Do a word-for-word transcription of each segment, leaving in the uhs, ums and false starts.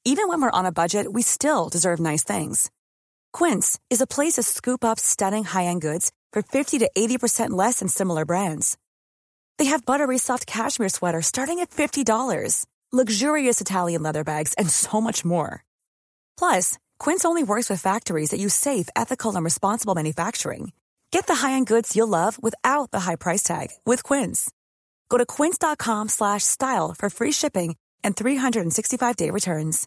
Even when we're on a budget, we still deserve nice things. Quince is a place to scoop up stunning high-end goods for fifty to eighty percent less than similar brands. They have buttery soft cashmere sweaters starting at fifty dollars, luxurious Italian leather bags, and so much more. Plus, Quince only works with factories that use safe, ethical, and responsible manufacturing. Get the high-end goods you'll love without the high price tag with Quince. Go to quince.com slash style for free shipping and three sixty-five day returns.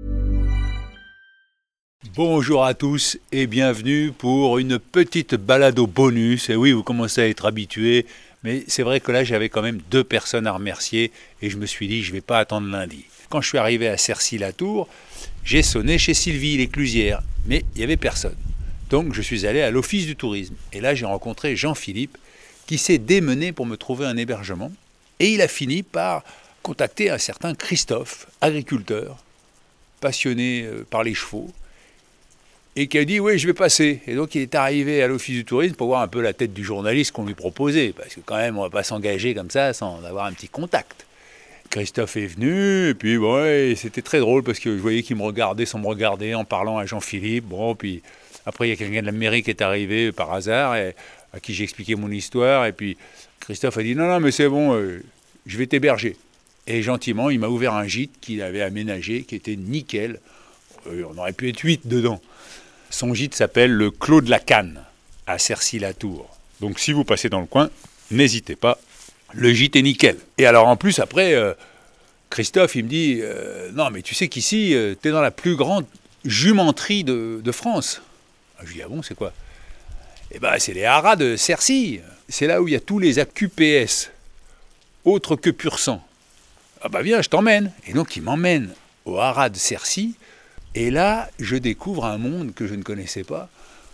Bonjour à tous et bienvenue pour une petite balado bonus. Et oui, vous commencez à être habitués, mais c'est vrai que là, j'avais quand même deux personnes à remercier et je me suis dit, je ne vais pas attendre lundi. Quand je suis arrivé à Cercy-la-Tour, j'ai sonné chez Sylvie, l'éclusière, mais il n'y avait personne. Donc, je suis allé à l'Office du tourisme. Et là, j'ai rencontré Jean-Philippe qui s'est démené pour me trouver un hébergement. Et il a fini par contacter un certain Christophe, agriculteur, passionné par les chevaux, et qui a dit « oui, je vais passer ». Et donc, il est arrivé à l'Office du tourisme pour voir un peu la tête du journaliste qu'on lui proposait, parce que quand même, on ne va pas s'engager comme ça sans avoir un petit contact. Christophe est venu, et puis ouais, c'était très drôle, parce que je voyais qu'il me regardait sans me regarder, en parlant à Jean-Philippe. Bon, puis après, il y a quelqu'un de la mairie qui est arrivé par hasard, et, à qui j'ai expliqué mon histoire, et puis Christophe a dit « non, non, mais c'est bon, euh, je vais t'héberger ». Et gentiment, il m'a ouvert un gîte qu'il avait aménagé, qui était nickel. Euh, on aurait pu être huit dedans. Son gîte s'appelle le Clos de la Canne, à Cercy-la-Tour. Donc si vous passez dans le coin, n'hésitez pas, le gîte est nickel. Et alors en plus, après, euh, Christophe, il me dit euh, « non, mais tu sais qu'ici, euh, tu es dans la plus grande jumenterie de, de France. » Je lui dis « ah bon, c'est quoi ?» Eh bien, c'est les haras de Cercy. C'est là où il y a tous les A Q P S, autres que pur sang. Ah bah viens, je t'emmène. Et donc, il m'emmène au haras de Cercy. Et là, je découvre un monde que je ne connaissais pas,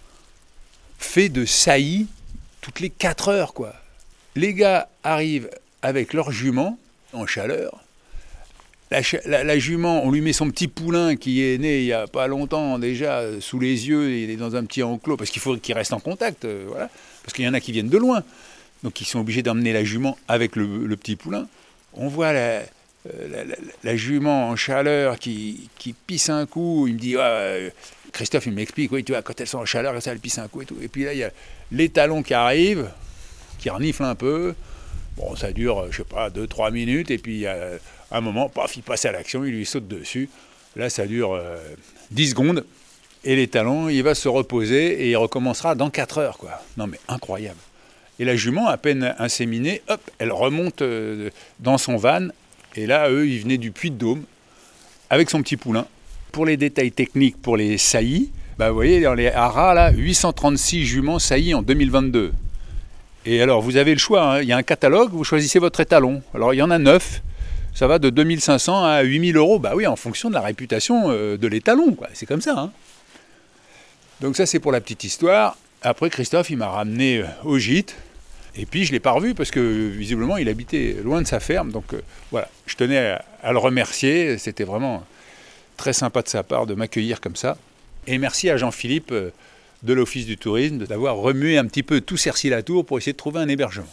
fait de saillies toutes les quatre heures, quoi. Les gars arrivent avec leur jument, en chaleur. La, la, la jument, on lui met son petit poulain qui est né il n'y a pas longtemps déjà, sous les yeux, il est dans un petit enclos, parce qu'il faut qu'il reste en contact, euh, voilà. Parce qu'il y en a qui viennent de loin. Donc ils sont obligés d'emmener la jument avec le, le petit poulain. On voit la... La, la, la jument en chaleur qui, qui pisse un coup, il me dit, ouais, Christophe il m'explique, oui, tu vois, quand elles sont en chaleur, ça, elles pissent un coup et tout. Et puis là, il y a l'étalon qui arrive, qui renifle un peu. Bon, ça dure, je sais pas, deux trois minutes, et puis il y a un moment, paf, il passe à l'action, il lui saute dessus. Là, ça dure euh, dix secondes, et l'étalon, il va se reposer, et il recommencera dans quatre heures, quoi. Non, mais incroyable. Et la jument, à peine inséminée, hop, elle remonte euh, dans son van. Et là, eux, ils venaient du Puy-de-Dôme avec son petit poulain. Pour les détails techniques, pour les saillies, bah, vous voyez, dans les haras, là, huit cent trente-six juments saillies en deux mille vingt-deux. Et alors, vous avez le choix, hein. Il y a un catalogue, vous choisissez votre étalon. Alors, il y en a neuf, ça va de deux mille cinq cents à huit mille euros. Bah oui, en fonction de la réputation euh, de l'étalon, quoi. C'est comme ça, hein. Donc ça, c'est pour la petite histoire. Après, Christophe, il m'a ramené au gîte. Et puis, je ne l'ai pas revu parce que, visiblement, il habitait loin de sa ferme. Donc, euh, voilà, je tenais à, à le remercier. C'était vraiment très sympa de sa part de m'accueillir comme ça. Et merci à Jean-Philippe euh, de l'Office du tourisme d'avoir remué un petit peu tout Cercy-la-Tour pour essayer de trouver un hébergement.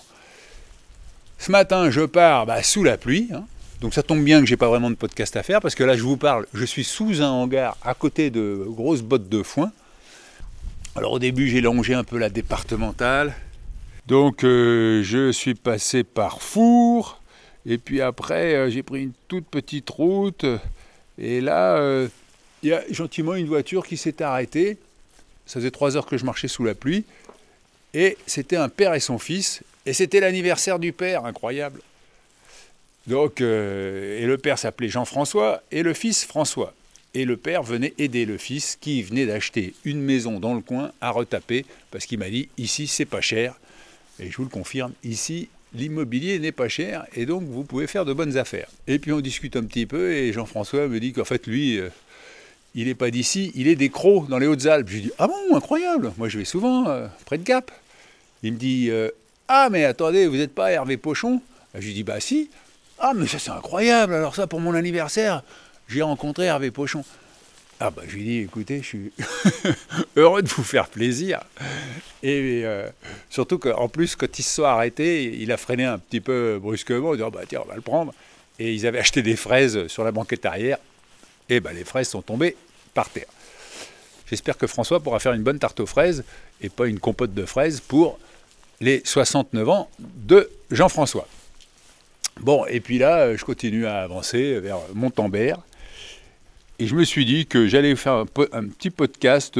Ce matin, je pars bah, sous la pluie. Hein. Donc, ça tombe bien que je n'ai pas vraiment de podcast à faire parce que là, je vous parle, je suis sous un hangar à côté de grosses bottes de foin. Alors, au début, j'ai longé un peu la départementale. Donc euh, je suis passé par Four, et puis après euh, j'ai pris une toute petite route, et là il euh, y a gentiment une voiture qui s'est arrêtée. Ça faisait trois heures que je marchais sous la pluie, et c'était un père et son fils, et c'était l'anniversaire du père, incroyable. Donc, euh, et le père s'appelait Jean-François, et le fils François. Et le père venait aider le fils, qui venait d'acheter une maison dans le coin à retaper, parce qu'il m'a dit, ici c'est pas cher. Et je vous le confirme, ici, l'immobilier n'est pas cher et donc vous pouvez faire de bonnes affaires. Et puis on discute un petit peu et Jean-François me dit qu'en fait, lui, euh, il n'est pas d'ici, il est des Craux, dans les Hautes-Alpes. Je lui dis « Ah bon, incroyable, moi je vais souvent euh, près de Gap ». Il me dit euh, « Ah mais attendez, vous n'êtes pas Hervé Pochon ?» Je lui dis « Bah si ». « Ah mais ça c'est incroyable, alors ça pour mon anniversaire, j'ai rencontré Hervé Pochon ». Ah bah je lui dis, écoutez, je suis heureux de vous faire plaisir. Et euh, surtout qu'en plus, quand ils se sont arrêtés, il a freiné un petit peu brusquement, en disant, bah tiens, on va le prendre. Et ils avaient acheté des fraises sur la banquette arrière. et ben les fraises sont tombées par terre. J'espère que François pourra faire une bonne tarte aux fraises et pas une compote de fraises pour les soixante-neuf ans de Jean-François. Bon, et puis là, je continue à avancer vers Montalembert. Et je me suis dit que j'allais faire un, po- un petit podcast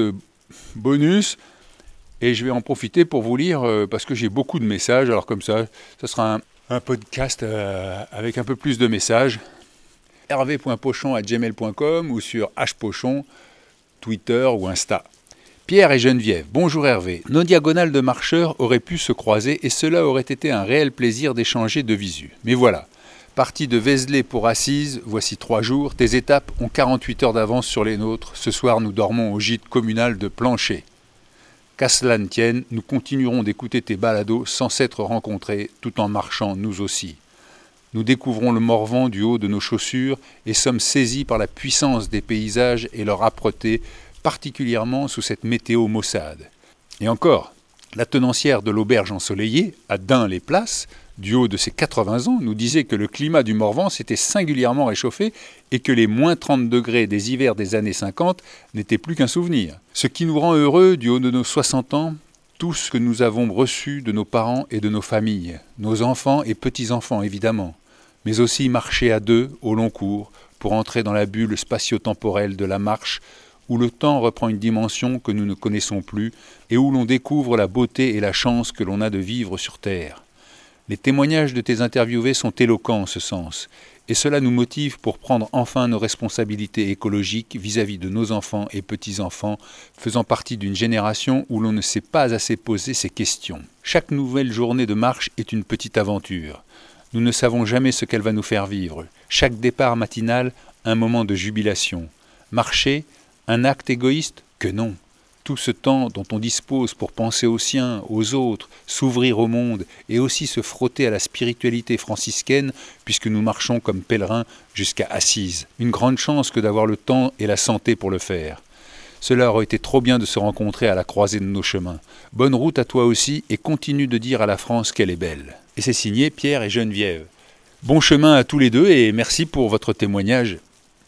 bonus. Et je vais en profiter pour vous lire, euh, parce que j'ai beaucoup de messages. Alors comme ça, ce sera un, un podcast euh, avec un peu plus de messages. hervé point pochon arobase gmail point com ou sur hpochon, Twitter ou Insta. Pierre et Geneviève, bonjour Hervé. Nos diagonales de marcheurs auraient pu se croiser et cela aurait été un réel plaisir d'échanger de visu. Mais voilà, parti de Vézelay pour Assise, voici trois jours, tes étapes ont quarante-huit heures d'avance sur les nôtres. Ce soir, nous dormons au gîte communal de Plancher. Qu'à cela ne tienne, nous continuerons d'écouter tes balados sans s'être rencontrés, tout en marchant nous aussi. Nous découvrons le Morvan du haut de nos chaussures et sommes saisis par la puissance des paysages et leur âpreté, particulièrement sous cette météo maussade. Et encore, la tenancière de l'auberge ensoleillée, à Dun-les-Places, du haut de ses quatre-vingts ans, nous disait que le climat du Morvan s'était singulièrement réchauffé et que les moins trente degrés des hivers des années cinquante n'étaient plus qu'un souvenir. Ce qui nous rend heureux, du haut de nos soixante ans, tout ce que nous avons reçu de nos parents et de nos familles, nos enfants et petits-enfants évidemment, mais aussi marcher à deux au long cours pour entrer dans la bulle spatio-temporelle de la marche où le temps reprend une dimension que nous ne connaissons plus et où l'on découvre la beauté et la chance que l'on a de vivre sur Terre. Les témoignages de tes interviewés sont éloquents en ce sens, et cela nous motive pour prendre enfin nos responsabilités écologiques vis-à-vis de nos enfants et petits-enfants, faisant partie d'une génération où l'on ne s'est pas assez posé ces questions. Chaque nouvelle journée de marche est une petite aventure. Nous ne savons jamais ce qu'elle va nous faire vivre. Chaque départ matinal, un moment de jubilation. Marcher, un acte égoïste? Que non. Tout ce temps dont on dispose pour penser aux siens, aux autres, s'ouvrir au monde et aussi se frotter à la spiritualité franciscaine puisque nous marchons comme pèlerins jusqu'à Assise. Une grande chance que d'avoir le temps et la santé pour le faire. Cela aurait été trop bien de se rencontrer à la croisée de nos chemins. Bonne route à toi aussi et continue de dire à la France qu'elle est belle. Et c'est signé Pierre et Geneviève. Bon chemin à tous les deux et merci pour votre témoignage.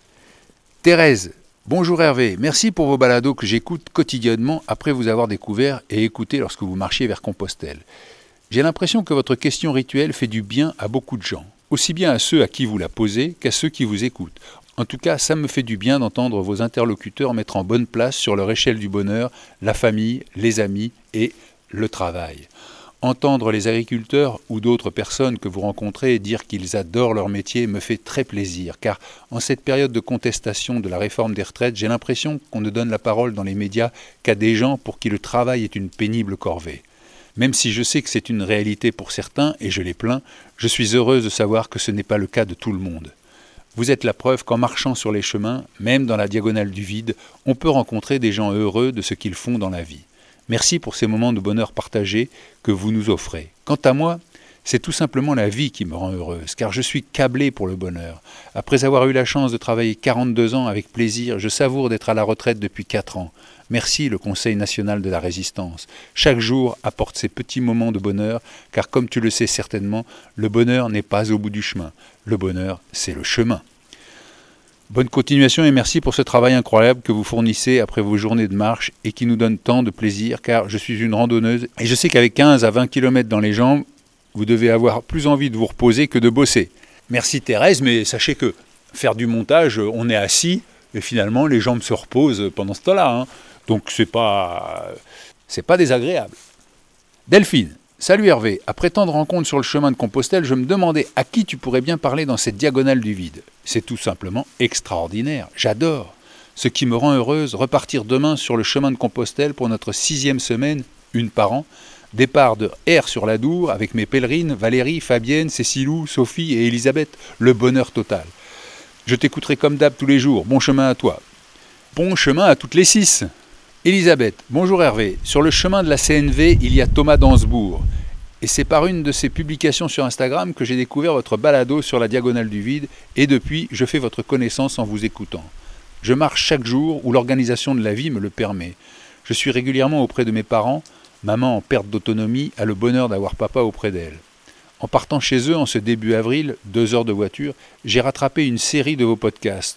Thérèse. Bonjour Hervé, merci pour vos balados que j'écoute quotidiennement après vous avoir découvert et écouté lorsque vous marchiez vers Compostelle. J'ai l'impression que votre question rituelle fait du bien à beaucoup de gens, aussi bien à ceux à qui vous la posez qu'à ceux qui vous écoutent. En tout cas, ça me fait du bien d'entendre vos interlocuteurs mettre en bonne place sur leur échelle du bonheur la famille, les amis et le travail. Entendre les agriculteurs ou d'autres personnes que vous rencontrez dire qu'ils adorent leur métier me fait très plaisir, car en cette période de contestation de la réforme des retraites, j'ai l'impression qu'on ne donne la parole dans les médias qu'à des gens pour qui le travail est une pénible corvée. Même si je sais que c'est une réalité pour certains, et je les plains, je suis heureuse de savoir que ce n'est pas le cas de tout le monde. Vous êtes la preuve qu'en marchant sur les chemins, même dans la diagonale du vide, on peut rencontrer des gens heureux de ce qu'ils font dans la vie. Merci pour ces moments de bonheur partagés que vous nous offrez. Quant à moi, c'est tout simplement la vie qui me rend heureuse, car je suis câblé pour le bonheur. Après avoir eu la chance de travailler quarante-deux ans avec plaisir, je savoure d'être à la retraite depuis quatre ans. Merci le Conseil national de la résistance. Chaque jour apporte ses petits moments de bonheur, car comme tu le sais certainement, le bonheur n'est pas au bout du chemin. Le bonheur, c'est le chemin. Bonne continuation et merci pour ce travail incroyable que vous fournissez après vos journées de marche et qui nous donne tant de plaisir car je suis une randonneuse et je sais qu'avec quinze à vingt kilomètres dans les jambes, vous devez avoir plus envie de vous reposer que de bosser. Merci Thérèse, mais sachez que faire du montage, on est assis et finalement les jambes se reposent pendant ce temps-là. Hein. Donc c'est pas, c'est pas désagréable. Delphine. Salut Hervé, après tant de rencontres sur le chemin de Compostelle, je me demandais à qui tu pourrais bien parler dans cette diagonale du vide. C'est tout simplement extraordinaire, j'adore. Ce qui me rend heureuse, repartir demain sur le chemin de Compostelle pour notre sixième semaine, une par an, départ de Aire-sur-l'Adour avec mes pèlerines Valérie, Fabienne, Cécilou, Sophie et Elisabeth, le bonheur total. Je t'écouterai comme d'hab tous les jours, bon chemin à toi. Bon chemin à toutes les six. Elisabeth, bonjour Hervé. Sur le chemin de la C N V, il y a Thomas d'Ansbourg. Et c'est par une de ses publications sur Instagram que j'ai découvert votre balado sur la diagonale du vide et depuis, je fais votre connaissance en vous écoutant. Je marche chaque jour où l'organisation de la vie me le permet. Je suis régulièrement auprès de mes parents. Maman en perte d'autonomie a le bonheur d'avoir papa auprès d'elle. En partant chez eux en ce début avril, deux heures de voiture, j'ai rattrapé une série de vos podcasts.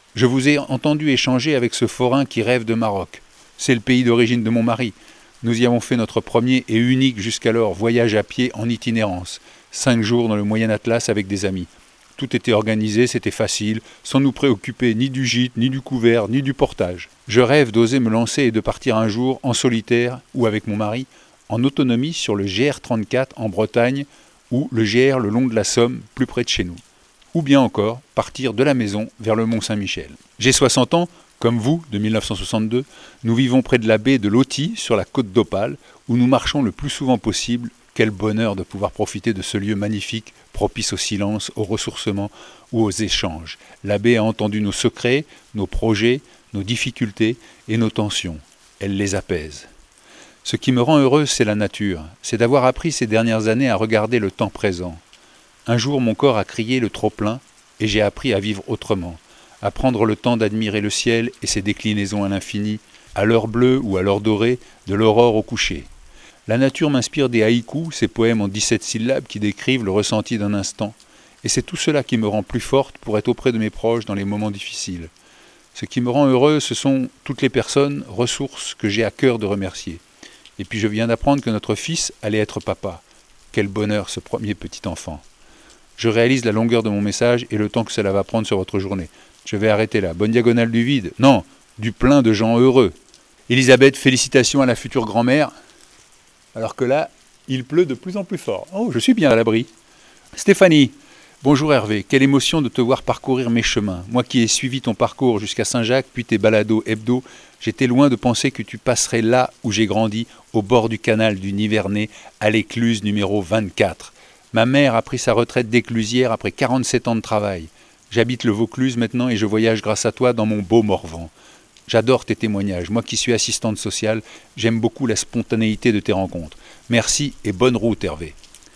Je vous ai entendu échanger avec ce forain qui rêve de Maroc. C'est le pays d'origine de mon mari. Nous y avons fait notre premier et unique jusqu'alors voyage à pied en itinérance. Cinq jours dans le Moyen Atlas avec des amis. Tout était organisé, c'était facile, sans nous préoccuper ni du gîte, ni du couvert, ni du portage. Je rêve d'oser me lancer et de partir un jour en solitaire ou avec mon mari, en autonomie sur le G R trente-quatre en Bretagne ou le G R le long de la Somme, plus près de chez nous. Ou bien encore partir de la maison vers le Mont-Saint-Michel. J'ai soixante ans, comme vous, de mille neuf cent soixante-deux, nous vivons près de la baie de Loti, sur la côte d'Opale, où nous marchons le plus souvent possible. Quel bonheur de pouvoir profiter de ce lieu magnifique, propice au silence, au ressourcement ou aux échanges. La baie a entendu nos secrets, nos projets, nos difficultés et nos tensions. Elle les apaise. Ce qui me rend heureuse, c'est la nature. C'est d'avoir appris ces dernières années à regarder le temps présent. Un jour, mon corps a crié le trop-plein et j'ai appris à vivre autrement, à prendre le temps d'admirer le ciel et ses déclinaisons à l'infini, à l'heure bleue ou à l'heure dorée, de l'aurore au coucher. La nature m'inspire des haïkus, ces poèmes en dix-sept syllabes qui décrivent le ressenti d'un instant. Et c'est tout cela qui me rend plus forte pour être auprès de mes proches dans les moments difficiles. Ce qui me rend heureuse, ce sont toutes les personnes, ressources que j'ai à cœur de remercier. Et puis je viens d'apprendre que notre fils allait être papa. Quel bonheur ce premier petit enfant. Je réalise la longueur de mon message et le temps que cela va prendre sur votre journée. Je vais arrêter là. Bonne diagonale du vide. Non, du plein de gens heureux. Elisabeth, félicitations à la future grand-mère. Alors que là, il pleut de plus en plus fort. Oh, je suis bien à l'abri. Stéphanie, bonjour Hervé. Quelle émotion de te voir parcourir mes chemins. Moi qui ai suivi ton parcours jusqu'à Saint-Jacques, puis tes balados hebdo, j'étais loin de penser que tu passerais là où j'ai grandi, au bord du canal du Nivernais, à l'écluse numéro vingt-quatre. Ma mère a pris sa retraite d'éclusière après quarante-sept ans de travail. J'habite le Vaucluse maintenant et je voyage grâce à toi dans mon beau Morvan. J'adore tes témoignages. Moi qui suis assistante sociale, j'aime beaucoup la spontanéité de tes rencontres. Merci et bonne route Hervé.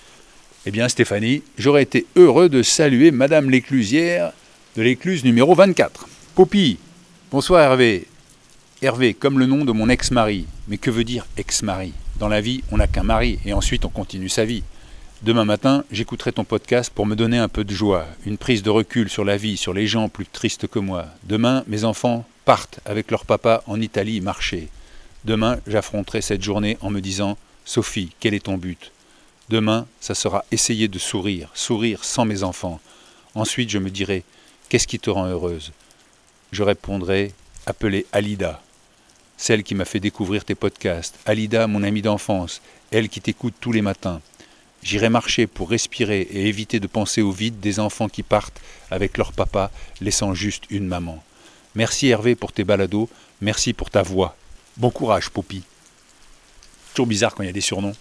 Eh bien Stéphanie, j'aurais été heureux de saluer Madame l'éclusière de l'écluse numéro vingt-quatre. Poppy, bonsoir Hervé. Hervé, comme le nom de mon ex-mari. Mais que veut dire ex-mari? Dans la vie, on n'a qu'un mari et ensuite on continue sa vie. Demain matin, j'écouterai ton podcast pour me donner un peu de joie, une prise de recul sur la vie, sur les gens plus tristes que moi. Demain, mes enfants partent avec leur papa en Italie marcher. Demain, j'affronterai cette journée en me disant « Sophie, quel est ton but ?» Demain, ça sera essayer de sourire, sourire sans mes enfants. Ensuite, je me dirai « Qu'est-ce qui te rend heureuse ?» Je répondrai « Appeler Alida, celle qui m'a fait découvrir tes podcasts. Alida, mon amie d'enfance, elle qui t'écoute tous les matins. » J'irai marcher pour respirer et éviter de penser au vide des enfants qui partent avec leur papa, laissant juste une maman. Merci Hervé pour tes balados, merci pour ta voix. Bon courage, Poppy. Toujours bizarre quand il y a des surnoms.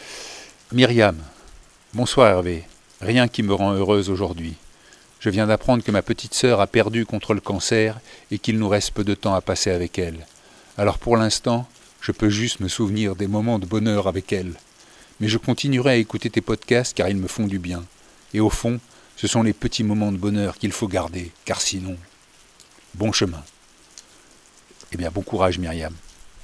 Myriam, bonsoir Hervé. Rien qui me rend heureuse aujourd'hui. Je viens d'apprendre que ma petite sœur a perdu contre le cancer et qu'il nous reste peu de temps à passer avec elle. Alors pour l'instant, je peux juste me souvenir des moments de bonheur avec elle. Mais je continuerai à écouter tes podcasts car ils me font du bien. Et au fond, ce sont les petits moments de bonheur qu'il faut garder, car sinon, bon chemin. Eh bien, bon courage Myriam.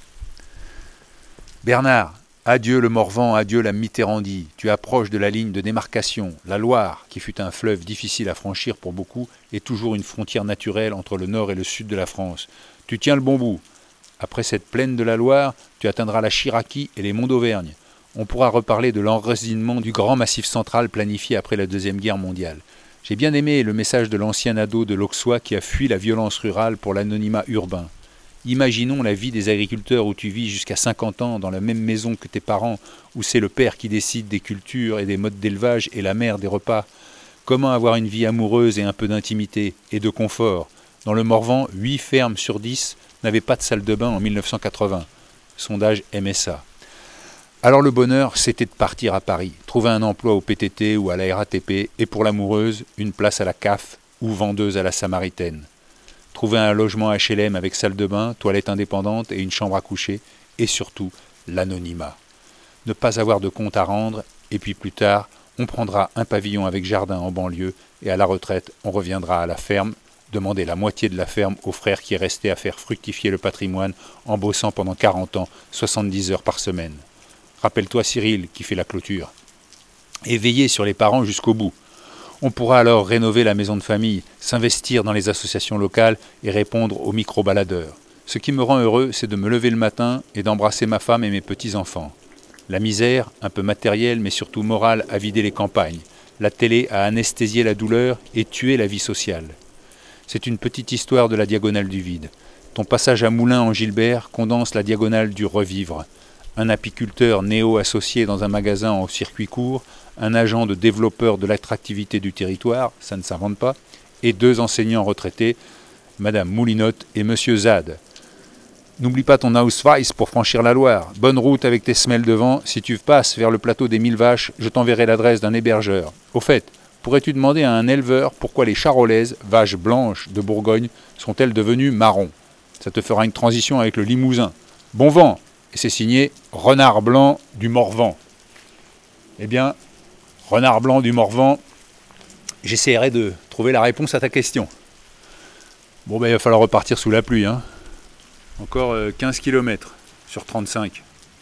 Bernard, adieu le Morvan, adieu la Mitterrandie. Tu approches de la ligne de démarcation. La Loire, qui fut un fleuve difficile à franchir pour beaucoup, est toujours une frontière naturelle entre le nord et le sud de la France. Tu tiens le bon bout. Après cette plaine de la Loire, tu atteindras la Chiraquie et les monts d'Auvergne. On pourra reparler de l'enracinement du grand massif central planifié après la Deuxième Guerre mondiale. J'ai bien aimé le message de l'ancien ado de l'Auxois qui a fui la violence rurale pour l'anonymat urbain. Imaginons la vie des agriculteurs où tu vis jusqu'à cinquante ans dans la même maison que tes parents, où c'est le père qui décide des cultures et des modes d'élevage et la mère des repas. Comment avoir une vie amoureuse et un peu d'intimité et de confort? Dans le Morvan, huit fermes sur dix n'avaient pas de salle de bain en mille neuf cent quatre-vingts. Sondage M S A. Alors le bonheur, c'était de partir à Paris, trouver un emploi au P T T ou à la R A T P, et pour l'amoureuse, une place à la C A F ou vendeuse à la Samaritaine. Trouver un logement H L M avec salle de bain, toilette indépendante et une chambre à coucher, et surtout l'anonymat. Ne pas avoir de compte à rendre, et puis plus tard, on prendra un pavillon avec jardin en banlieue, et à la retraite, on reviendra à la ferme, demander la moitié de la ferme au frère qui est resté à faire fructifier le patrimoine en bossant pendant quarante ans, soixante-dix heures par semaine. Rappelle-toi Cyril qui fait la clôture. Et veiller sur les parents jusqu'au bout. On pourra alors rénover la maison de famille, s'investir dans les associations locales et répondre aux micro-baladeurs. Ce qui me rend heureux, c'est de me lever le matin et d'embrasser ma femme et mes petits-enfants. La misère, un peu matérielle mais surtout morale, a vidé les campagnes. La télé a anesthésié la douleur et tué la vie sociale. C'est une petite histoire de la diagonale du vide. Ton passage à Moulins en Gilbert condense la diagonale du revivre. Un apiculteur néo-associé dans un magasin en circuit court, un agent de développeur de l'attractivité du territoire, ça ne s'invente pas, et deux enseignants retraités, Madame Moulinotte et Monsieur Zad. N'oublie pas ton Ausweis pour franchir la Loire. Bonne route avec tes semelles devant. Si tu passes vers le plateau des Mille Vaches, je t'enverrai l'adresse d'un hébergeur. Au fait, pourrais-tu demander à un éleveur pourquoi les charolaises, vaches blanches de Bourgogne, sont-elles devenues marron? Ça te fera une transition avec le Limousin. Bon vent! Et c'est signé Renard Blanc du Morvan. Eh bien, Renard Blanc du Morvan, j'essaierai de trouver la réponse à ta question. Bon, ben il va falloir repartir sous la pluie, hein. Encore quinze kilomètres sur trente-cinq.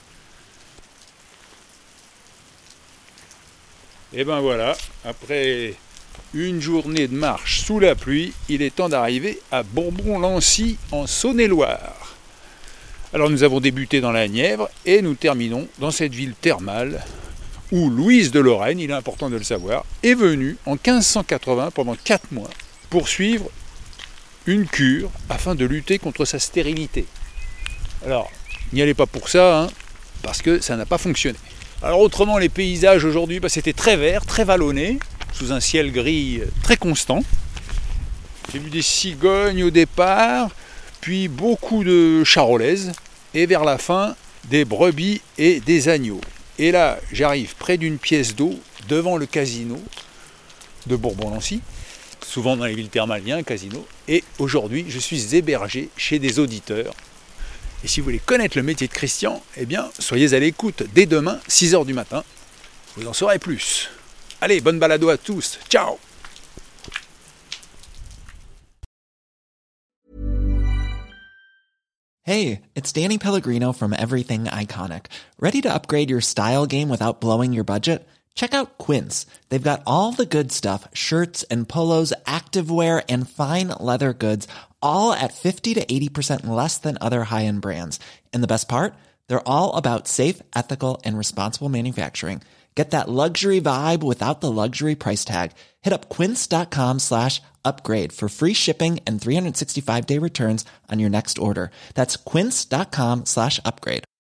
Et ben voilà, après une journée de marche sous la pluie, il est temps d'arriver à Bourbon-Lancy en Saône-et-Loire. Alors nous avons débuté dans la Nièvre et nous terminons dans cette ville thermale où Louise de Lorraine, il est important de le savoir, est venue en quinze cent quatre-vingts pendant quatre mois pour suivre une cure afin de lutter contre sa stérilité. Alors, n'y allez pas pour ça, hein, parce que ça n'a pas fonctionné. Alors autrement, les paysages aujourd'hui, bah, c'était très vert, très vallonné, sous un ciel gris très constant. J'ai vu des cigognes au départ, puis beaucoup de charolaises, et vers la fin, des brebis et des agneaux. Et là, j'arrive près d'une pièce d'eau, devant le casino de Bourbon-Lancy. Souvent dans les villes thermales, il y a un casino. Et aujourd'hui, je suis hébergé chez des auditeurs. Et si vous voulez connaître le métier de Christian, eh bien, soyez à l'écoute dès demain, six heures du matin. Vous en saurez plus. Allez, bonne balado à tous. Ciao! Hey, it's Danny Pellegrino from Everything Iconic. Ready to upgrade your style game without blowing your budget? Check out Quince. They've got all the good stuff, shirts and polos, activewear, and fine leather goods, all at fifty to eighty percent less than other high-end brands. And the best part? They're all about safe, ethical, and responsible manufacturing. Get that luxury vibe without the luxury price tag. Hit up quince.com slash upgrade for free shipping and three sixty-five day returns on your next order. That's quince.com slash upgrade.